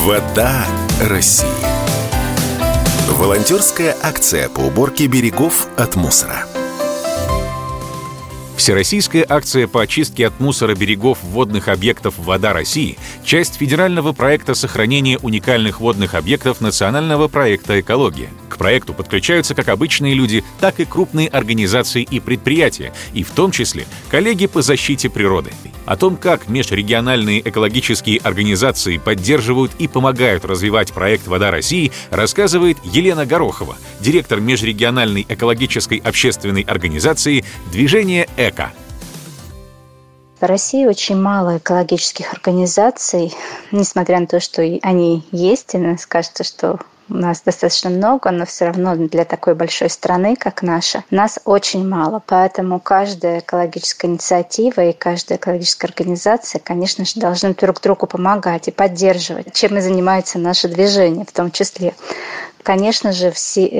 Вода России. Волонтерская акция по уборке берегов от мусора. Всероссийская акция по очистке от мусора берегов водных объектов «Вода России» — часть федерального проекта сохранения уникальных водных объектов национального проекта «Экология». К проекту подключаются как обычные люди, так и крупные организации и предприятия, и в том числе коллеги по защите природы. О том, как межрегиональные экологические организации поддерживают и помогают развивать проект «Вода России», рассказывает Елена Горохова, директор межрегиональной экологической общественной организации «Движение ЭКО». В России очень мало экологических организаций, несмотря на то, что они есть, и нас кажется, что у нас достаточно много, но все равно для такой большой страны, как наша, нас очень мало. Поэтому каждая экологическая инициатива и каждая экологическая организация, конечно же, должны друг другу помогать и поддерживать, чем и занимается наше движение в том числе. Конечно же,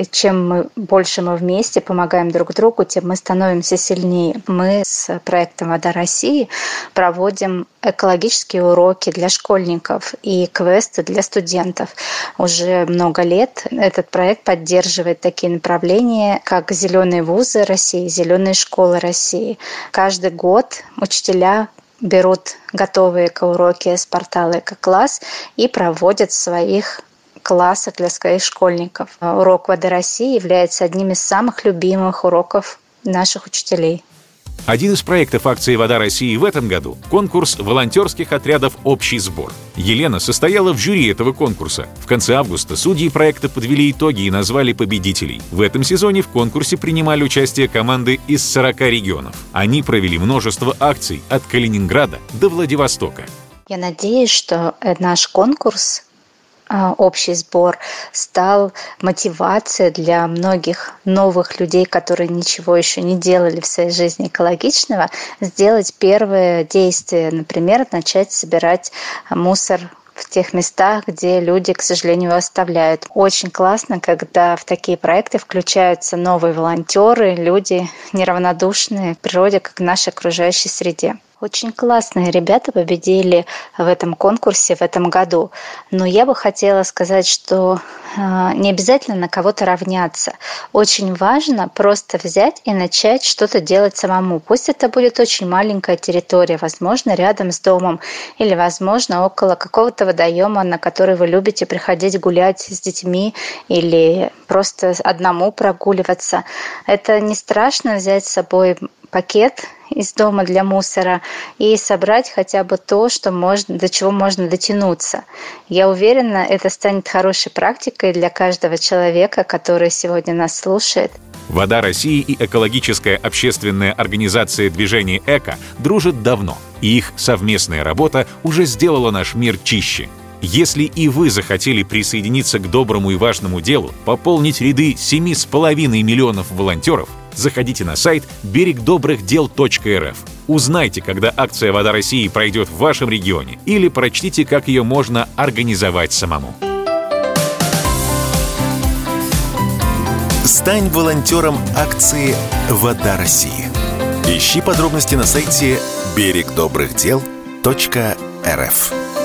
чем больше мы вместе помогаем друг другу, тем мы становимся сильнее. Мы с проектом «Вода России» проводим экологические уроки для школьников и квесты для студентов. Уже много лет этот проект поддерживает такие направления, как «Зеленые вузы России», «Зеленые школы России». Каждый год учителя берут готовые экоуроки с портала «Эко-класс» и проводят в своих классах для своих школьников. Урок «Вода России» является одним из самых любимых уроков наших учителей. Один из проектов акции «Вода России» в этом году — конкурс волонтерских отрядов «Общий сбор». Елена состояла в жюри этого конкурса. В конце августа судьи проекта подвели итоги и назвали победителей. В этом сезоне в конкурсе принимали участие команды из 40 регионов. Они провели множество акций от Калининграда до Владивостока. Я надеюсь, что наш конкурс «Общий сбор» стал мотивацией для многих новых людей, которые ничего еще не делали в своей жизни экологичного, сделать первые действия, например, начать собирать мусор в тех местах, где люди, к сожалению, его оставляют. Очень классно, когда в такие проекты включаются новые волонтеры, люди неравнодушные к природе, как к нашей окружающей среде. Очень классные ребята победили в этом конкурсе в этом году. Но я бы хотела сказать, что не обязательно на кого-то равняться. Очень важно просто взять и начать что-то делать самому. Пусть это будет очень маленькая территория, возможно, рядом с домом, или, возможно, около какого-то водоема, на который вы любите приходить гулять с детьми или просто одному прогуливаться. Это не страшно взять с собой пакет из дома для мусора и собрать хотя бы то, до чего можно дотянуться. Я уверена, это станет хорошей практикой для каждого человека, который сегодня нас слушает. «Вода России» и экологическая общественная организация «Движение ЭКО» дружат давно, и их совместная работа уже сделала наш мир чище. Если и вы захотели присоединиться к доброму и важному делу, пополнить ряды 7,5 миллионов волонтеров, заходите на сайт берегдобрыхдел.рф. Узнайте, когда акция «Вода России» пройдет в вашем регионе, или прочтите, как ее можно организовать самому. Стань волонтером акции «Вода России». Ищи подробности на сайте берегдобрыхдел.рф.